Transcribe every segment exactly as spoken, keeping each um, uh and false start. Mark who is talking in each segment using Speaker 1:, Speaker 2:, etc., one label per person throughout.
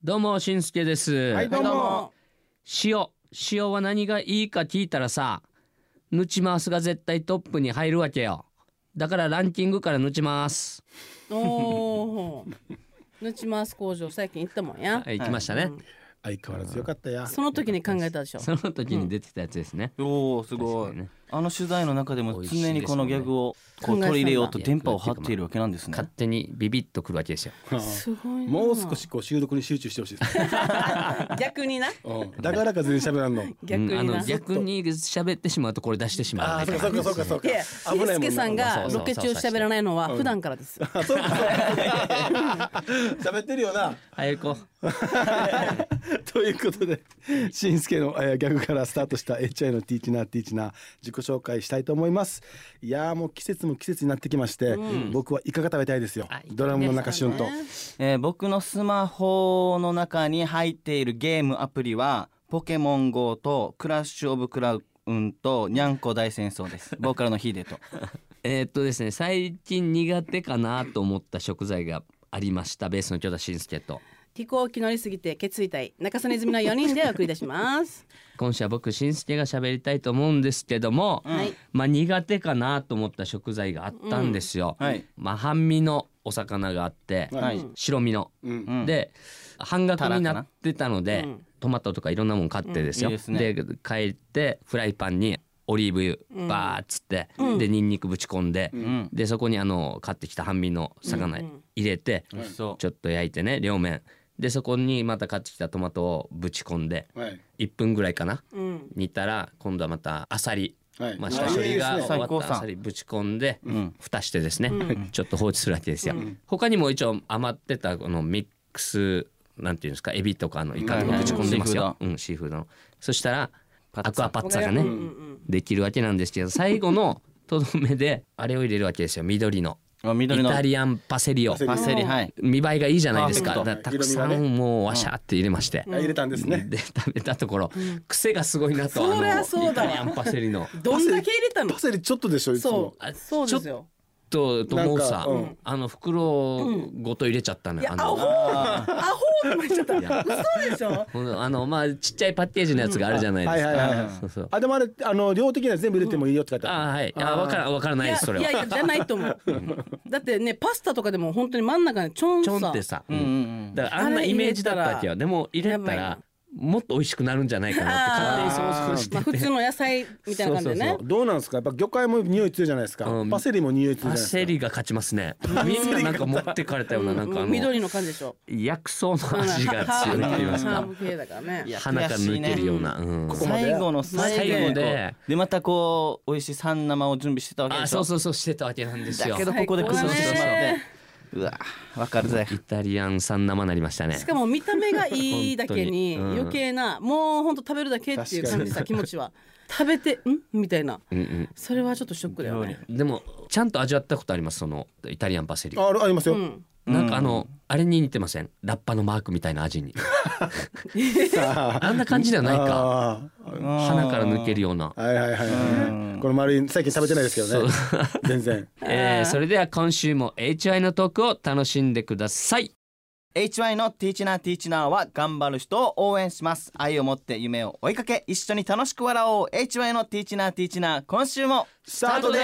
Speaker 1: どうもしんすけです。
Speaker 2: はいどうも。
Speaker 1: 塩塩は何がいいか聞いたらさ、ヌチマースが絶対トップに入るわけよ。だからランキングからヌチマース。
Speaker 2: おお。ヌチマース工場最近行ったもんや。
Speaker 1: はい、行きましたね、
Speaker 2: うん
Speaker 3: 相変わらずよかったや。
Speaker 2: その時に考えたでしょ。
Speaker 1: その時に出てたやつですね、
Speaker 4: おおすごい、
Speaker 1: 確かにね。
Speaker 4: あの取材の中でも常にこのギャグをこう
Speaker 2: 美味しいですもんね
Speaker 4: 取り入れようと電波を張っているわけなんですね。
Speaker 1: 勝手にビビッとくるわけですよ。
Speaker 2: すごいな。
Speaker 3: もう少しこう収録に集中してほしいです、
Speaker 2: 逆にな。
Speaker 3: うん、だからか全然喋らんの。
Speaker 1: うん、あ
Speaker 2: 逆にな。
Speaker 1: の逆に喋ってしまうとこれ出してしまう、
Speaker 3: ああ、そうかそうかそうかそうか。
Speaker 2: いや、しんすけさんがロケ中喋らないのは普段からです。
Speaker 3: あ、そうか。喋ってるよな。
Speaker 1: 早く行こ
Speaker 3: ということで、しんすけの、えー、ギャグからスタートした エイチアイ のティーチナーティーチナー自己紹介したいと思います。いやーもう季節も季節になってきまして、うん、僕はイカが食べたいですよ。ドラムの中旬と、
Speaker 4: えー、僕のスマホの中に入っているゲームアプリはポケモン ゴー とクラッシュオブクラウンとにゃんこ大戦争です。ボーカルのヒデと
Speaker 1: えーっとですね最近苦手かなと思った食材がありました。ベースの京田しんすけと
Speaker 2: 飛行機乗りすぎてケツ痛い中曽根泉のよにんでお送り出します
Speaker 1: 今週は僕しんすけが喋りたいと思うんですけども、
Speaker 2: はい、
Speaker 1: まあ苦手かなと思った食材があったんですよ、
Speaker 4: うんはい、
Speaker 1: まあ半身のお魚があって、はい、白身の、うん、で半額になってたので、うん、トマトとかいろんなもん買ってですよ、うん、いいですね。で帰ってフライパンにオリーブ油バーっつって、うん、でニンニクぶち込んで、うん、でそこにあの買ってきた半身の魚入れて、うん、ちょっと焼いてね両面でそこにまた買ってきたトマトをぶち込んで、はい、いっぷんぐらいかな、うん、煮たら今度はまたアサリ、はい、まあ、下処理が終わったアサリぶち込んで、うん、蓋してですね、うん、ちょっと放置するわけですよ、うん、他にも一応余ってたこのミックスなんていうんですかエビとかのイカとかぶち込んでますよ、うん、シーフードの。そしたらアクアパッツァがね、うんうん、できるわけなんですけど最後のとどめであれを入れるわけですよ。緑の
Speaker 4: 緑の
Speaker 1: イタリアンパセリを
Speaker 4: パセリ、はい、
Speaker 1: 見栄えがいいじゃないですか。だたくさんもうワシャって入れまして、
Speaker 3: うん、入れたんですね。
Speaker 1: で食べたところ、うん、癖がすごいなと。
Speaker 2: そりゃそうだわ。
Speaker 1: イタリアンパセリの
Speaker 2: どんだけ入れたの。
Speaker 3: パセリちょっとでしょいつも。
Speaker 2: そうそうですよ。
Speaker 1: とと思うさ、うん、あの袋ごと入れちゃったのよ、
Speaker 2: うん、あのアホアホとか言っちゃった嘘でしょ。
Speaker 1: あのまあちっちゃいパッケージのやつがあるじゃないですか。
Speaker 3: あでもあれあの量的には全部入れてもいいよって書いてある、
Speaker 1: うん、あはいあ分から分からないですそれは。
Speaker 2: いやいやじゃないと思うだってねパスタとかでも本当に真ん中にちょんさ
Speaker 1: ちょんってさ、うんうんうん、だからあんなイメージだったわけよ。でも入れたらもっと美味しくなるんじゃないかなって勝手に想像してて、
Speaker 2: まあ、普通の野菜みたいな感じでね。そうそうそう
Speaker 3: どうなんですか。やっぱ魚介も匂い強いじゃないですか、うん、パセリも匂い強いじゃないですか。
Speaker 1: パセリが勝ちますね。みんななんか持ってかれたようななんかあの
Speaker 2: 緑の感じでしょ。
Speaker 1: 薬草の味が強いって言いますか。
Speaker 2: ハーブ系だからね。
Speaker 1: 鼻から抜けるような、うん、
Speaker 4: 最後の最後ででまたこう美味しい三生を準備してたわけでしょ。
Speaker 1: あそうそうそうしてたわけなんですよ。
Speaker 4: だけどここで崩してしまってうわわかるぜ。
Speaker 1: イタリアン三生なりましたね。
Speaker 2: しかも見た目がいいだけに余計な、うん、もうほんと食べるだけっていう感じさ気持ちは食べてんみたいな、うんうん、それはちょっとショックだよね。
Speaker 1: でもちゃんと味わったことありますそのイタリアンパセリ。
Speaker 3: あ, ありますよ、うん
Speaker 1: なんかあの、うん、あれに似てません？ラッパのマークみたいな味にあんな感じではないか。鼻から抜けるような。
Speaker 3: はいはいはい、はい、この丸い最近食べてないですけどね全然、
Speaker 1: えー、それでは今週も エイチワイ のトークを楽しんでください。
Speaker 4: エイチワイ のティーチナーティーチナーは頑張る人を応援します。愛を持って夢を追いかけ一緒に楽しく笑おう。 エイチワイ のティーチナーティーチナー今週も
Speaker 3: スタートです。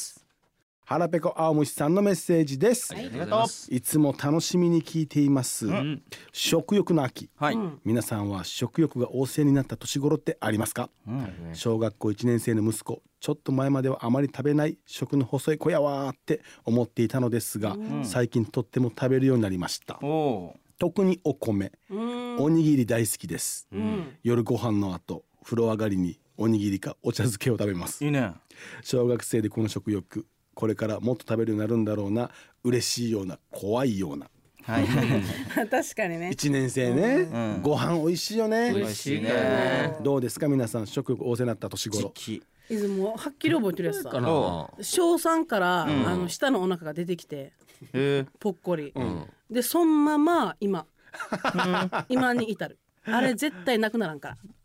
Speaker 3: 腹ペコ青虫さんのメッセージです、はい、ありがとう。いつも楽しみに聞いています、うん、食欲の秋、はい、皆さんは食欲が旺盛になった年頃ってありますか、うん、小学校いちねん生の息子ちょっと前まではあまり食べない食の細い子やわーって思っていたのですが、うん、最近とっても食べるようになりました。特にお米、うん、おにぎり大好きです、うん、夜ご飯の後風呂上がりにおにぎりかお茶漬けを食べます。
Speaker 4: いいね。
Speaker 3: 小学生でこの食欲これからもっと食べるようになるんだろうな。嬉しいような怖いような、
Speaker 4: はい、
Speaker 2: 確かにね
Speaker 3: いちねん生ね、うん、ご飯美味しいよね。
Speaker 4: 美味しいね。
Speaker 3: どうですか皆さん食欲旺盛になった年頃。
Speaker 2: いつもはっきり覚えてるやつさ小さんから、うん、あの下のお腹が出てきてぽっこり、うん、でそのまま今今に至る。あれ絶対なくならんから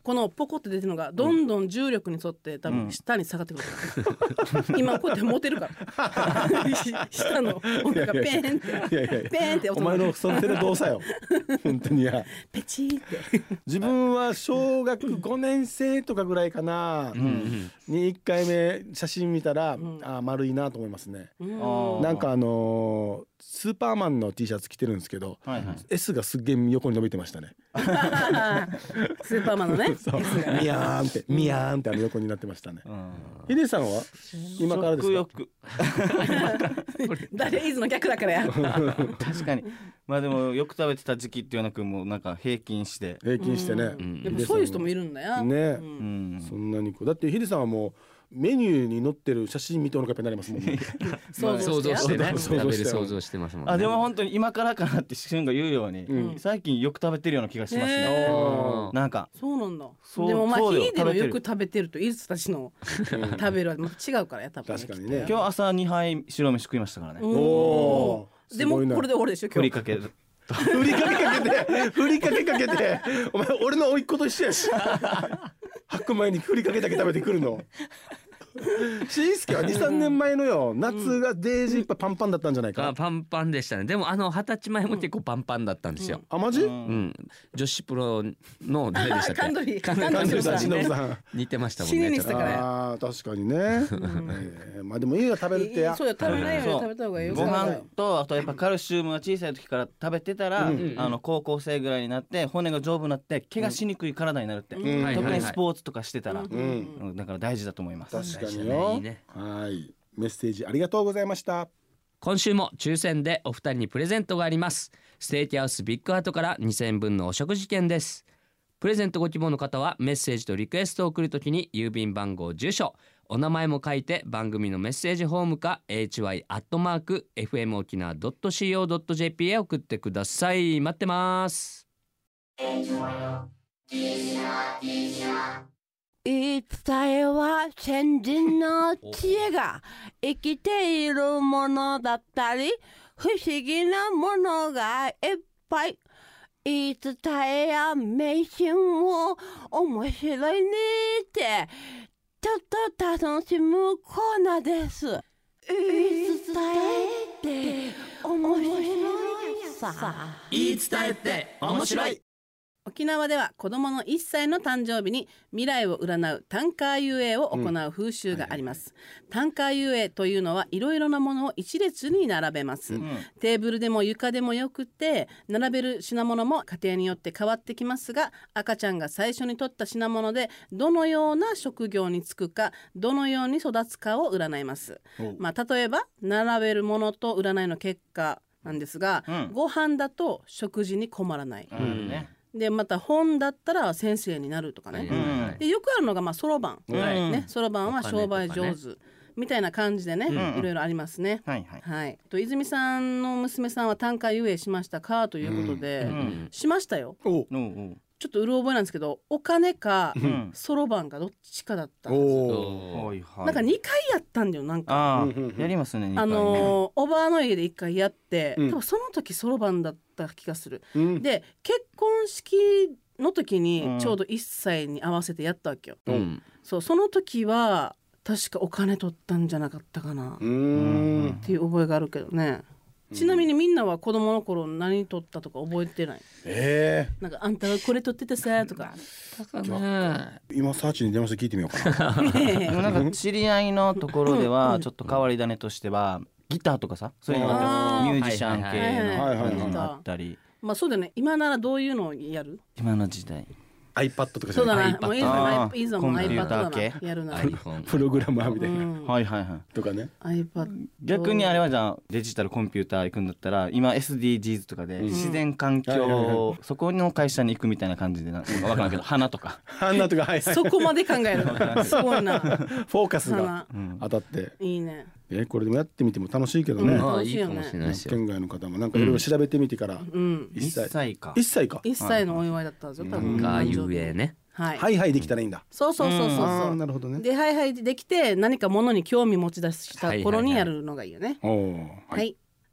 Speaker 2: このポコって出てるのがどんどん重力に沿って多分下に下がってくる、うん、今こうやって持てるから下の音がペーンって
Speaker 3: いやいやいや
Speaker 2: ペーンって音
Speaker 3: お前のその手の動作よ本当に。や
Speaker 2: ペチーって
Speaker 3: 自分は小学ごねん生とかぐらいかな、うん、にいっかいめ写真見たら、うん、あ丸いなと思いますね、うん、なんかあのー、スーパーマンの T シャツ着てるんですけど、はいはい、S がすっげえ横に伸びてましたね
Speaker 2: スーパーマンのね
Speaker 3: そうミヤーンってミヤーンってあの横になってましたね。ヒデさんは今からですか？
Speaker 4: 食欲
Speaker 2: 誰イズの逆だからや
Speaker 4: 確かに。まあでもよく食べてた時期っていうのくもうなんか平均して
Speaker 3: 平均してね、
Speaker 2: うん、やっぱそういう人もいるんだよ
Speaker 3: ね、うん、そんなにこうだってヒデさんはもうメニューに載ってる写真見てお腹いっぱいになりますもんね
Speaker 1: 想像してね食べる想像してますもんね。
Speaker 4: あでも本当に今からかなって旬が言うように、うん、最近よく食べてるような気がしますね。なんか
Speaker 2: そうなんだ。でもまあヒデのよく食べてるとイズたちの食べるはまた違うからや多分、
Speaker 3: ね、確かにね。
Speaker 4: 今日朝にはい白飯食いましたからね。
Speaker 2: おーでもこれで終わるでしょ今日。
Speaker 4: ふりかける
Speaker 3: ふりかけかけてふりかけかけてお前俺の甥っ子と一緒やし白米にふりかけだけ食べてくるのしんすけは にさんねんまえのよ夏がデージいっぱいパンパンだったんじゃないかな、
Speaker 1: うん、パンパンでしたね。でもあの二十歳前も結構パンパンだったんですよ、
Speaker 3: うん、あマジ、
Speaker 1: うん、女子プロの誰でしたっけ
Speaker 2: カンドリ
Speaker 3: カンドリさん、ね、
Speaker 1: 似てましたもんね。
Speaker 3: あ確かにね、うんえー、まあでもいいよ食べるってや。
Speaker 2: そうや食べないより食べた方がいいよ。
Speaker 4: ご飯とあとやっぱカルシウムは小さい時から食べてたら、うん、あの高校生ぐらいになって骨が丈夫になって怪我しにくい体になるって、うん、特にスポーツとかしてたら、うん、だから大事だと思います。
Speaker 3: 確かによ、いいね。はいメッセージありがとうございました。
Speaker 1: 今週も抽選でお二人にプレゼントがあります。ステーキハウスビッグハートからにせんえん分のお食事券です。プレゼントご希望の方はメッセージとリクエストを送るときに郵便番号住所お名前も書いて番組のメッセージフォームか エイチワイ アットマーク エフエム 沖縄 ドット シーオー ドット ジェーピー へ送ってください。待ってます。
Speaker 5: 言い伝えは先人の知恵が生きているものだったり不思議なものがいっぱい。言い伝えや迷信を面白いねってちょっと楽しむコーナーです。言い伝えって面白いさ。
Speaker 1: 言い伝えって面白い。
Speaker 2: 沖縄では子どものいっさいの誕生日に未来を占うタンカー遊泳を行う風習があります、うん、タンカー遊泳というのはいろいろなものを一列に並べます、うん、テーブルでも床でもよくて並べる品物も家庭によって変わってきますが赤ちゃんが最初に取った品物でどのような職業に就くかどのように育つかを占います、まあ、例えば並べるものと占いの結果なんですが、うん、ご飯だと食事に困らない、うんねでまた本だったら先生になるとかね、うん、でよくあるのがまあそろばんね、そろばんは商売上手みたいな感じでね、うん、いろいろありますね、はいはいはい、と泉さんの娘さんは短歌遊泳しましたかということで、うん、しましたよ。おおちょっとうる覚えなんですけどお金かそろばんかどっちかだったんですよ、うん、なんかにかいやったんだよなんか
Speaker 4: あやりますねにかいね、
Speaker 2: あのー、おばあの家でいっかいやって、うん、多分その時そろばんだった気がする、うん、で結婚式の時にちょうどいっさいに合わせてやったわけよ、うん、そうその時は確かお金取ったんじゃなかったかなうんっていう覚えがあるけどね。ちなみにみんなは子供の頃何取ったとか覚えてない？えー、なんかあんたはこれ取ってたさとか。
Speaker 3: 今サーチに電話して聞いてみようかな。
Speaker 4: でもなんか知り合いのところではちょっと変わり種としてはギターとかさそういうのがミュージシャン系のがあったり。
Speaker 2: まあそうだね。今ならどういうのをやる？
Speaker 4: 今の時代。
Speaker 3: iPad とか
Speaker 2: そうだな、もういいぞ、いいぞ、もう iPad だな、やるなら
Speaker 3: プログラマーみたいな、うん、
Speaker 4: はいはいはい
Speaker 3: とかね
Speaker 2: iPad
Speaker 4: 逆にあれはじゃあデジタルコンピューター行くんだったら今 エスディージーズ とかで自然環境、うん、そこの会社に行くみたいな感じでなんか分からんけど花とか
Speaker 3: 花とか、はいはい、
Speaker 2: そこまで考えるすごいなフ
Speaker 3: ォーカスが当たって、
Speaker 2: いいね。
Speaker 3: えこれでもやってみても楽しいけどね、
Speaker 1: うん、いいかもしれないですよ。
Speaker 3: 県外の方もなんかいろいろ調べてみてから、うん、
Speaker 4: いっさいか
Speaker 3: いっさいか
Speaker 2: いっさいのお祝いだったんですよ、多分
Speaker 1: が遊泳ね、
Speaker 2: はい、
Speaker 3: はいはいできたらいいんだ。
Speaker 2: そうそうそうそうそう、
Speaker 3: うん、なるほどね。
Speaker 2: ではいはいできて何かものに興味持ち出した頃にやるのがいいよね。はい、はい、はい、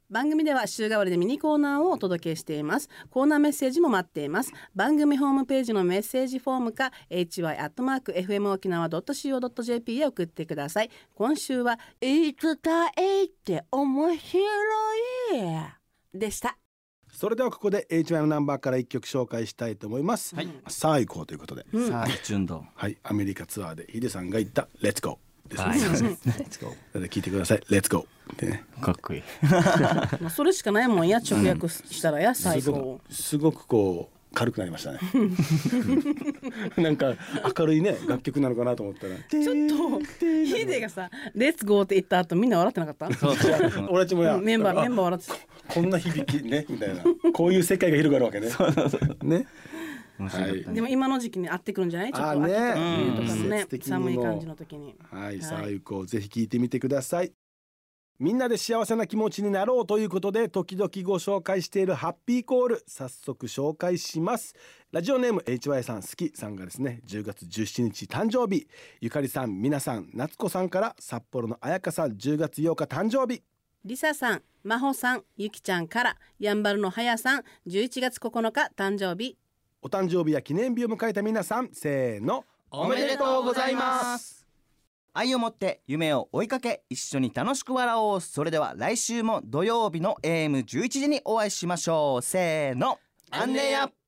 Speaker 2: 番組では週替わりでミニコーナーをお届けしています。コーナーメッセージも待っています。番組ホームページのメッセージフォームか エイチワイ アットマーク エフエム 沖縄 ドット シーオー ドット ジェーピー へ送ってください。今週は言い伝えって面白いでした。
Speaker 3: それではここで エイチワイ のナンバーから一曲紹介したいと思います、はい、さあ行こうということで、
Speaker 4: うん、さあ順道、
Speaker 3: はい、アメリカツアーでヒデさんが言ったレッツゴーですね。レッツゴーで聞いてください。レッツゴーってね、
Speaker 4: かっこいい
Speaker 2: まあそれしかないもんや、直訳したらや、最高、
Speaker 3: うん、すごくこう軽くなりましたねなんか明るいね楽曲なのかなと思ったら、
Speaker 2: ちょっとヒデがさレッツゴーって言った後みんな笑ってなかった？
Speaker 3: そうそう俺たちもや、
Speaker 2: メンバーメンバー笑ってた。
Speaker 3: こんな響きねみたいな、こういう世界が広がるわけね。そうそうそうね。
Speaker 2: はい、でも今の時期に合ってくるんじゃない？ちょっと秋とか冬とかのね、寒い感じの時に。
Speaker 3: はい、さあ行こう、ぜひ聞いてみてください。みんなで幸せな気持ちになろうということで時々ご紹介しているハッピーコール、早速紹介します。ラジオネーム エイチワイ さん好きさんがですね、じゅうがつじゅうしちにち誕生日。ゆかりさん、みなさん、夏子さんから札幌のあやかさんじゅうがつようか誕生日。
Speaker 2: りささん、まほさん、ゆきちゃんからやんばるのはやさんじゅういちがつここのか誕生日。
Speaker 3: お誕生日や記念日を迎えた皆さん、せーの、
Speaker 4: おめでとうございます。愛を持って夢を追いかけ、一緒に楽しく笑おう。それでは来週も土曜日の エーエムじゅういちじにお会いしましょう。せーの、アンネや。